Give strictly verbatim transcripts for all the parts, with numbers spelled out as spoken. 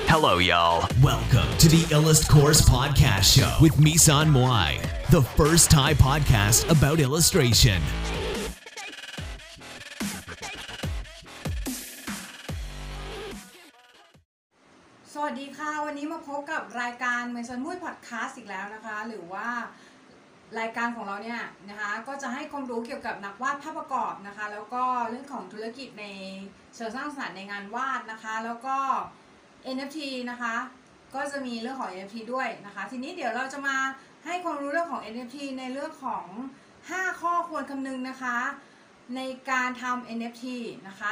Hello, y'all. Welcome to the Illust Course Podcast Show with Misan Moai, the first Thai podcast about illustration. สวัสดีค่ะวันนี้มาพบกับรายการเมซันมุ้ยพอดคาสต์อีกแล้วนะคะหรือว่ารายการของเราเนี่ยนะคะก็จะให้ความรู้เกี่ยวกับนักวาดภาพประกอบนะคะแล้วก็เรื่องของธุรกิจในเชิงสร้างสรรค์ในงานวาดนะคะแล้วก็ เอ็น เอฟ ที นะคะก็จะมีเรื่องของ เอ็น เอฟ ที ด้วยนะคะทีนี้เดี๋ยวเราจะมาให้ความรู้เรื่องของ เอ็น เอฟ ที ในเรื่องของห้าข้อควรคำนึงนะคะในการทำ เอ็น เอฟ ที นะคะ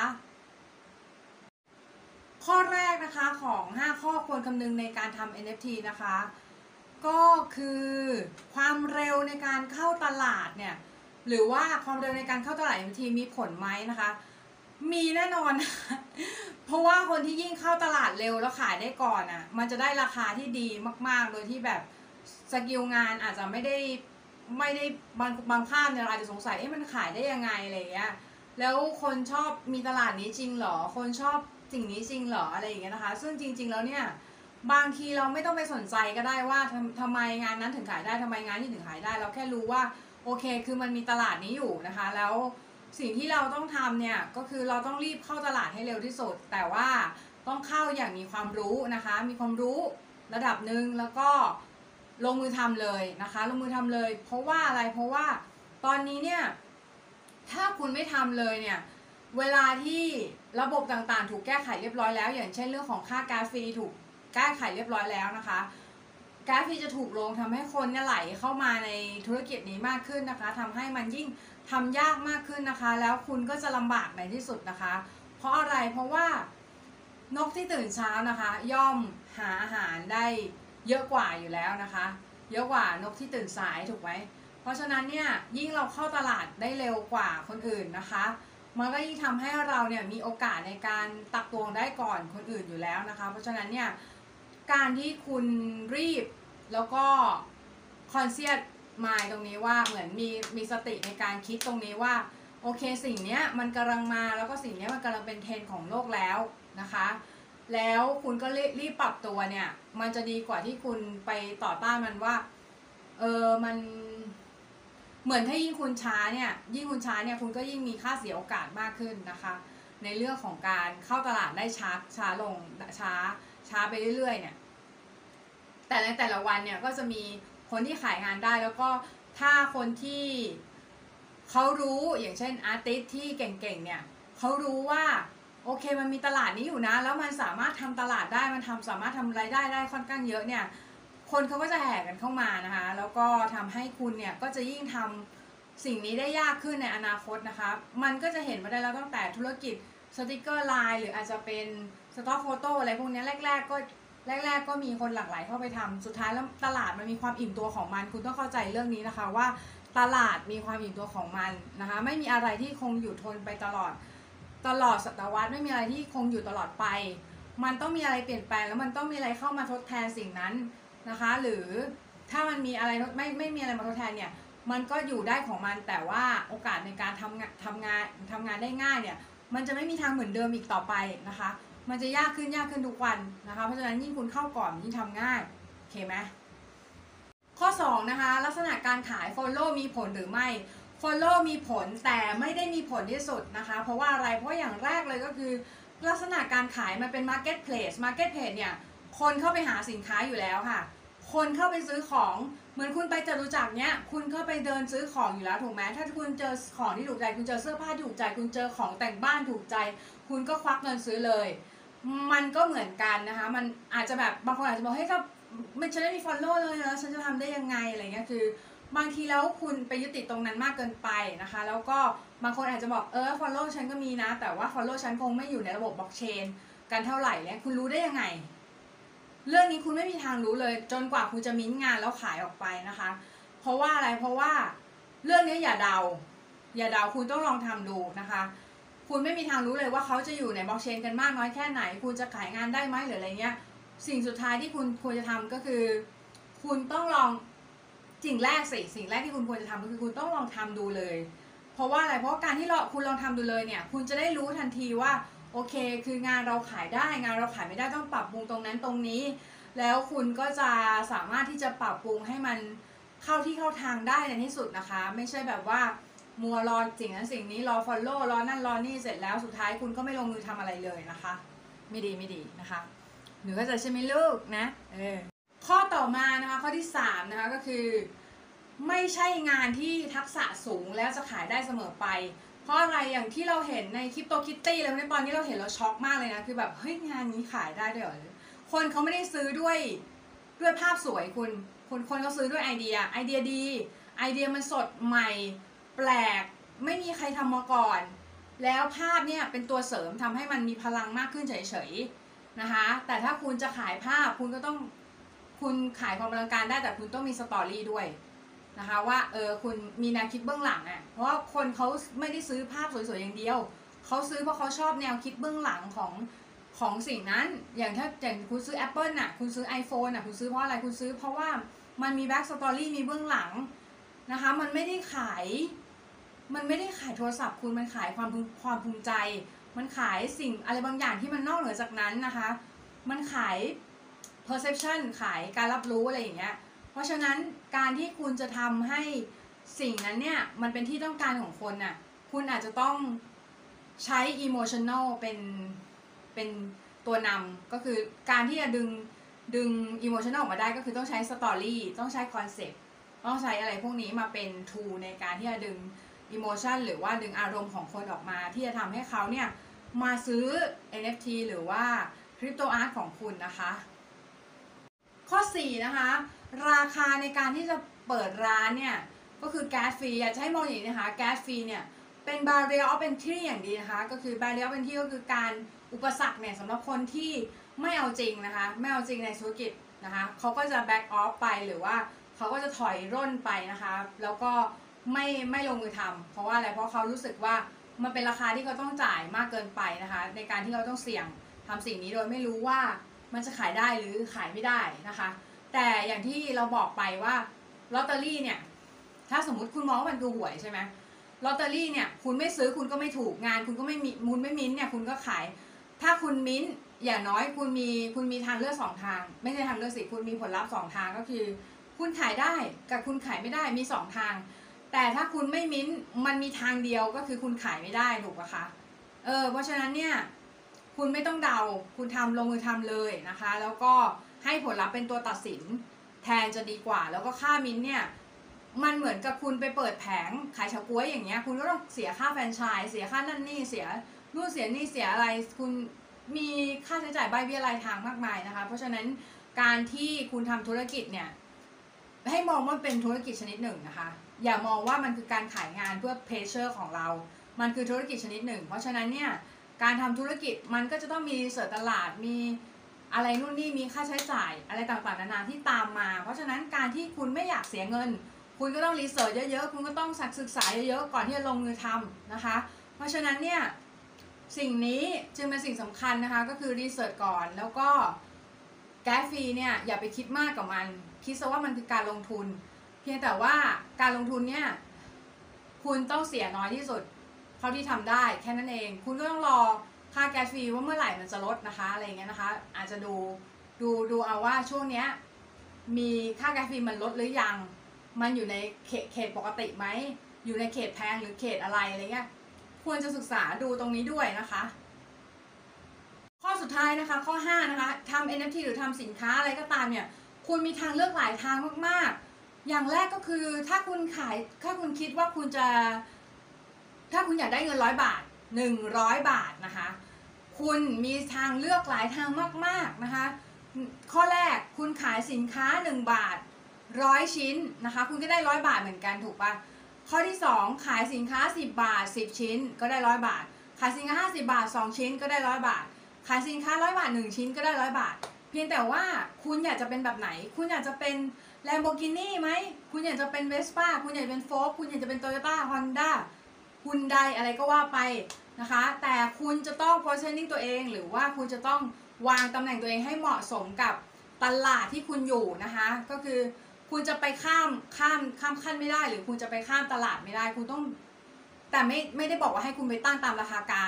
ข้อแรกนะคะของห้าข้อควรคำนึงในการทำ เอ็น เอฟ ที นะคะก็คือความเร็วในการเข้าตลาดเนี่ยหรือว่าความเร็วในการเข้าตลาด เอ็น เอฟ ที มีผลไหมนะคะมีแน่นอน เพราะว่าคนที่ยิ่งเข้าตลาดเร็วแล้วขายได้ก่อนอ่ะมันจะได้ราคาที่ดีมากๆโดยที่แบบสกิลงานอาจจะไม่ได้ไม่ได้บางบางภาพเนี่ยเราอาจจะสงสัยเอ๊ะมันขายได้ยังไงอะไรอย่างเงี้ยแล้วคนชอบมีตลาดนี้จริงเหรอคนชอบสิ่งนี้จริงเหรออะไรอย่างเงี้ยนะคะซึ่งจริงๆแล้วเนี่ยบางทีเราไม่ต้องไปสนใจก็ได้ว่าทำทำไมงานนั้นถึงขายได้ทำไมงานนี้ถึงขายได้เราแค่รู้ว่าโอเคคือมันมีตลาดนี้อยู่นะคะแล้วสิ่งที่เราต้องทำเนี่ยก็คือเราต้องรีบเข้าตลาดให้เร็วที่สุดแต่ว่าต้องเข้าอย่างมีความรู้นะคะมีความรู้ระดับหนึ่งแล้วก็ลงมือทำเลยนะคะลงมือทำเลยเพราะว่าอะไรเพราะว่าตอนนี้เนี่ยถ้าคุณไม่ทำเลยเนี่ยเวลาที่ระบบต่างๆถูกแก้ไขเรียบร้อยแล้วอย่างเช่นเรื่องของค่าก๊าซฟรีถูกแก้ไขเรียบร้อยแล้วนะคะก๊าซฟรีจะถูกลงทำให้คนเนี่ยไหลเข้ามาในธุรกิจนี้มากขึ้นนะคะทำให้มันยิ่งทำยากมากขึ้นนะคะแล้วคุณก็จะลำบากในที่สุดนะคะเพราะอะไรเพราะว่านกที่ตื่นเช้านะคะย่อมหาอาหารได้เยอะกว่าอยู่แล้วนะคะเยอะกว่านกที่ตื่นสายถูกไหมเพราะฉะนั้นเนี่ยยิ่งเราเข้าตลาดได้เร็วกว่าคนอื่นนะคะมันก็ยิ่งทำให้เราเนี่ยมีโอกาสในการตักตวงได้ก่อนคนอื่นอยู่แล้วนะคะเพราะฉะนั้นเนี่ยการที่คุณรีบแล้วก็คอนเซียสมายตรงนี้ว่าเหมือนมีมีสติในการคิดตรงนี้ว่าโอเคสิ่งนี้มันกำลังมาแล้วก็สิ่งนี้มันกำลังเป็นเทรนด์ของโลกแล้วนะคะแล้วคุณก็รีบปรับตัวเนี่ยมันจะดีกว่าที่คุณไปต่อต้านมันว่าเออมันเหมือนถ้ายิ่งคุณช้าเนี่ยยิ่งคุณช้าเนี่ยคุณก็ยิ่งมีค่าเสียโอกาสมากขึ้นนะคะในเรื่องของการเข้าตลาดได้ช้าช้าลงช้าช้าไปเรื่อยๆเนี่ยแต่ในแต่ละวันเนี่ยก็จะมีคนที่ขายงานได้แล้วก็ถ้าคนที่เขารู้อย่างเช่นอาร์ติสที่เก่งๆเนี่ยเขารู้ว่าโอเคมันมีตลาดนี้อยู่นะแล้วมันสามารถทำตลาดได้มันทำสามารถทำรายได้ได้ค่อนข้างเยอะเนี่ยคนเขาก็จะแห่กันเข้ามานะคะแล้วก็ทำให้คุณเนี่ยก็จะยิ่งทำสิ่งนี้ได้ยากขึ้นในอนาคตนะคะมันก็จะเห็นมาได้แล้วตั้งแต่ธุรกิจสติกเกอร์ไลน์หรืออาจจะเป็นสต็อกโฟโต้อะไรพวกนี้แรกๆก็แรกๆก็มีคนหลั่งไหลเข้าไปทำสุดท้ายแล้วตลาดมันมีความอิ่มตัวของมันคุณต้องเข้าใจเรื่องนี้นะคะว่าตลาดมีความอิ่มตัวของมันนะคะไม่มีอะไรที่คงอยู่ทนไปตลอดตลอดศตวรรษไม่มีอะไรที่คงอยู่ตลอดไปมันต้องมีอะไรเปลี่ยนแปลงแล้วมันต้องมีอะไรเข้ามาทดแทนสิ่งนั้นนะคะหรือถ้ามันมีอะไรไม่ไม่มีอะไรมาทดแทนเนี่ยมันก็อยู่ได้ของมันแต่ว่าโอกาสในการทำงานทำงานทำงานได้ง่ายเนี่ยมันจะไม่มีทางเหมือนเดิมอีกต่อไปนะคะมันจะยากขึ้นยากขึ้นทุกวันนะคะเพราะฉะนั้นยิ่งคุณเข้าก่อนยิ่งทำง่ายโอเคไหมข้อสองนะคะลักษณะการขาย follow มีผลหรือไม่ follow มีผลแต่ไม่ได้มีผลที่สุดนะคะเพราะว่าอะไรเพราะอย่างแรกเลยก็คือลักษณะการขายมันเป็น marketplace marketplace เนี่ยคนเข้าไปหาสินค้าอยู่แล้วค่ะคนเข้าไปซื้อของเหมือนคุณไปจตุจักรเนี้ยคุณเข้าไปเดินซื้อของอยู่แล้วถูกไหมถ้าคุณเจอของที่ถูกใจคุณเจอเสื้อผ้าที่ถูกใจคุณเจอของแต่งบ้านถูกใจคุณก็ควักเงินซื้อเลยมันก็เหมือนกันนะคะมันอาจจะแบบบางคนอาจจะบอกเฮ้ยถ้ามันฉันไม่มี follow เลยแล้วฉันจะทำได้ยังไงอะไรเงี้ยคือบางทีแล้วคุณไปยึดติดตรงนั้นมากเกินไปนะคะแล้วก็บางคนอาจจะบอกเออ follow ฉันก็มีนะแต่ว่า follow ฉันคงไม่อยู่ในระบบบล็อกเชนกันเท่าไหร่เนี่ยคุณรู้ได้ยังไงเรื่องนี้คุณไม่มีทางรู้เลยจนกว่าคุณจะมิ้นงานแล้วขายออกไปนะคะเพราะว่าอะไรเพราะว่าเรื่องนี้อย่าเดาอย่าเดาคุณต้องลองทำดูนะคะคุณไม่มีทางรู้เลยว่าเขาจะอยู่ในบล็อกเชนกันมากน้อยแค่ไหนคุณจะขายงานได้ไหมหรืออะไรเงี้ยสิ่งสุดท้ายที่คุณควรจะทำก็คือคุณต้องลองสิ่งแรกสิสิ่งแรกที่คุณควรจะทำก็คือคุณต้องลองทำดูเลยเพราะว่าอะไรเพราะว่าการที่เราคุณลองทำดูเลยเนี่ยคุณจะได้รู้ทันทีว่าโอเคคืองานเราขายได้งานเราขายไม่ได้ต้องปรับปรุงตรงนั้นตรงนี้แล้วคุณก็จะสามารถที่จะปรับปรุงให้มันเข้าที่เข้าทางได้ในที่สุดนะคะไม่ใช่แบบว่ามัวรอสิ่งนั้นสิ่งนี้รอ follow รอนั่นรอนี่เสร็จแล้วสุดท้ายคุณก็ไม่ลงมือทำอะไรเลยนะคะไม่ดีไม่ดีนะคะหนูก็จะใช่ไหมลูกนะเออข้อต่อมานะคะข้อที่สามนะคะก็คือไม่ใช่งานที่ทักษะสูงแล้วจะขายได้เสมอไปเพราะอะไรอย่างที่เราเห็นในคริปโตคิตตี้แล้วในตอนนี้เราเห็นเราช็อกมากเลยนะคือแบบเฮ้ยงานนี้ขายได้ด้วยเหรอคนเขาไม่ได้ซื้อด้วยด้วยภาพสวยคุณคนคนเขาซื้อด้วยไอเดียไอเดียดีไอเดียมันสดใหม่แปลกไม่มีใครทำมาก่อนแล้วภาพเนี่ยเป็นตัวเสริมทำให้มันมีพลังมากขึ้นเฉยๆนะคะแต่ถ้าคุณจะขายภาพคุณก็ต้องคุณขายความอลังการได้แต่คุณต้องมีสตอรี่ด้วยนะคะว่าเออคุณมีแนวคิดเบื้องหลังอ่ะเพราะว่าคนเขาไม่ได้ซื้อภาพสวยๆอย่างเดียวเขาซื้อเพราะเขาชอบแนวคิดเบื้องหลังของของสิ่งนั้นอย่างถ้าอย่างคุณซื้อ Apple น่ะคุณซื้อ iPhone น่ะคุณซื้อเพราะอะไรคุณซื้อเพราะว่ามันมีแบ็กสตอรี่มีเบื้องหลังนะคะมันไม่ได้ขายมันไม่ได้ขายโทรศัพท์คุณมันขายความความภูมิใจมันขายสิ่งอะไรบางอย่างที่มันนอกเหนือจากนั้นนะคะมันขาย perception ขายการรับรู้อะไรอย่างเงี้ยเพราะฉะนั้นการที่คุณจะทำให้สิ่งนั้นเนี่ยมันเป็นที่ต้องการของคนน่ะคุณอาจจะต้องใช้ emotional เป็นเป็นตัวนำก็คือการที่จะดึงดึง emotional ออกมาได้ก็คือต้องใช้ story ต้องใช้ concept ต้องใช้อะไรพวกนี้มาเป็น tool ในการที่จะดึง emotion หรือว่าดึงอารมณ์ของคนออกมาที่จะทำให้เขาเนี่ยมาซื้อ เอ็น เอฟ ที หรือว่า crypto art ของคุณนะคะข้อสี่นะคะราคาในการที่จะเปิดร้านเนี่ยก็คือ gas fee อยากจะให้มองอย่างนี้นะคะ gas fee เนี่ยเป็น barrier of entry อย่างดีนะคะก็คือ barrier of entry ก็คือการอุปสรรคเนี่ยสำหรับคนที่ไม่เอาจริงนะคะไม่เอาจริงในธุรกิจนะคะเขาก็จะ back off ไปหรือว่าเขาก็จะถอยร่นไปนะคะแล้วก็ไม่ไม่ลงมือทำเพราะว่าอะไรเพราะเขารู้สึกว่ามันเป็นราคาที่เขาต้องจ่ายมากเกินไปนะคะในการที่เขาต้องเสี่ยงทำสิ่งนี้โดยไม่รู้ว่ามันจะขายได้หรือขายไม่ได้นะคะแต่อย่างที่เราบอกไปว่าลอตเตอรี่เนี่ยถ้าสมมุติคุณมองว่ามันคือหวยใช่ไหมลอตเตอรี่เนี่ยคุณไม่ซื้อคุณก็ไม่ถูกงานคุณก็ไม่มีมูลไม่มิ้นเนี่ยคุณก็ขายถ้าคุณมิ้นอย่างน้อยคุณมีคุณมีทางเลือกสองทางไม่ใช่ทางเลือกสิคุณมีผลลัพธ์สองทางก็คือคุณขายได้กับคุณขายไม่ได้มีสองทางแต่ถ้าคุณไม่มิ้นมันมีทางเดียวก็คือคุณขายไม่ได้ถูกปะคะเออเพราะฉะนั้นเนี่ยคุณไม่ต้องเดาคุณทำลงมือทำเลยนะคะแล้วก็ให้ผลลัพธ์เป็นตัวตัดสินแทนจะดีกว่าแล้วก็ค่ามิ้นเนี่ยมันเหมือนกับคุณไปเปิดแผงขายเฉาก๊วยอย่างเงี้ยคุณก็ต้องเสียค่าแฟรนไชส์เสียค่านั่นนี่เสียนู่นเสียนี่เสียอะไรคุณมีค่าใช้จ่ายใบเบี้ยรายทางมากมายนะคะเพราะฉะนั้นการที่คุณทำธุรกิจเนี่ยให้มองว่าเป็นธุรกิจชนิดหนึ่งนะคะอย่ามองว่ามันคือการขายงานเพื่อเพชเชอร์ของเรามันคือธุรกิจชนิดหนึ่งเพราะฉะนั้นเนี่ยการทำธุรกิจมันก็จะต้องมีเสิร์ชตลาดมีอะไรนู่นนี่มีค่าใช้จ่ายอะไรต่างๆนานาที่ตามมาเพราะฉะนั้นการที่คุณไม่อยากเสียเงินคุณก็ต้องรีเสิร์ชเยอะๆคุณก็ต้องศึกษาเยอะๆก่อนที่จะลงมือทำนะคะเพราะฉะนั้นเนี่ยสิ่งนี้จึงเป็นสิ่งสำคัญนะคะก็คือรีเสิร์ชก่อนแล้วก็แก๊สฟรีเนี่ยอย่าไปคิดมากกับมันคิดซะว่ามันคือการลงทุนเพียงแต่ว่าการลงทุนเนี่ยคุณต้องเสียน้อยที่สุดเท่าที่ทำได้แค่นั้นเองคุณก็ต้องรอค่าแก๊สฟรีว่าเมื่อไหร่มันจะลดนะคะอะไรเงี้ยนะคะอาจจะดูดูดูเอาว่าช่วงเนี้ยมีค่าแก๊สฟรีมันลดหรือยังมันอยู่ในเขตเขตปกติไหมอยู่ในเขตแพงหรือเขตอะไรอะไรเงี้ยควรจะศึกษาดูตรงนี้ด้วยนะคะข้อสุดท้ายนะคะข้อห้านะคะทำ เอ็น เอฟ ที หรือทำสินค้าอะไรก็ตามเนี่ยคุณมีทางเลือกหลายทางมากๆอย่างแรกก็คือถ้าคุณขายถ้าคุณคิดว่าคุณจะถ้าคุณอยากได้เงินร้อยบาทหนึ่งร้อยบาทนะคะคุณมีทางเลือกหลายทางมากๆนะคะข้อแรกคุณขายสินค้าหนึ่งบาทร้อยชิ้นนะคะคุณก็ได้ร้อยบาทเหมือนกันถูกปะข้อที่สองขายสินค้าสิบบาทสิบชิ้นก็ได้ร้อยบาทขายสินค้าห้าสิบบาทสองชิ้นก็ได้ร้อยบาทขายสินค้าร้อยบาทหนึ่งชิ้นก็ได้ร้อยบาทเพียงแต่ว่าคุณอยากจะเป็นแบบไหนคุณอยากจะเป็น Lamborghini ไหมคุณอยากจะเป็น Vespa คุณอยากจะเป็น Ford คุณอยากจะเป็น Toyota Honda ฮุนไดอะไรก็ว่าไปนะคะแต่คุณจะต้อง positioning ตัวเองหรือว่าคุณจะต้องวางตำแหน่งตัวเองให้เหมาะสมกับตลาดที่คุณอยู่นะคะก็คือคุณจะไปข้ามข้ามข้ามขั้นไม่ได้หรือคุณจะไปข้ามตลาดไม่ได้คุณต้องแต่ไม่ไม่ได้บอกว่าให้คุณไปตั้งตามราคากลางนะราคา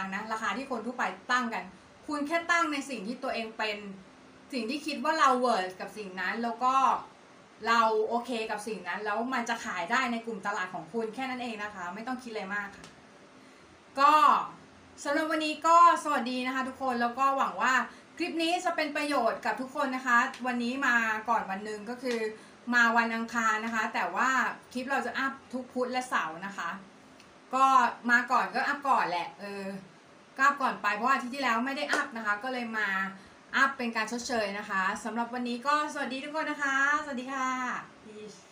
าที่คนทั่วไปตั้งกันคุณแค่ตั้งในสิ่งที่ตัวเองเป็นสิ่งที่คิดว่าเราเวิร์ดกับสิ่งนั้นแล้วก็เราโอเคกับสิ่งนั้นแล้วมันจะขายได้ในกลุ่มตลาดของคุณแค่นั้นเองนะคะไม่ต้องคิดอะไรมากค่ะก็สำหรับวันนี้ก็สวัสดีนะคะทุกคนแล้วก็หวังว่าคลิปนี้จะเป็นประโยชน์กับทุกคนนะคะวันนี้มาก่อนวันหนึ่งก็คือมาวันอังคารนะคะแต่ว่าคลิปเราจะอัพทุกพุธและเสาร์นะคะก็มาก่อนก็อัพก่อนแหละเออก็อัพก่อนไปเพราะว่าอาทิตย์ที่แล้วไม่ได้อัพนะคะก็เลยมาอัพเป็นการชดเชยนะคะสำหรับวันนี้ก็สวัสดีทุกคนนะคะสวัสดีค่ะ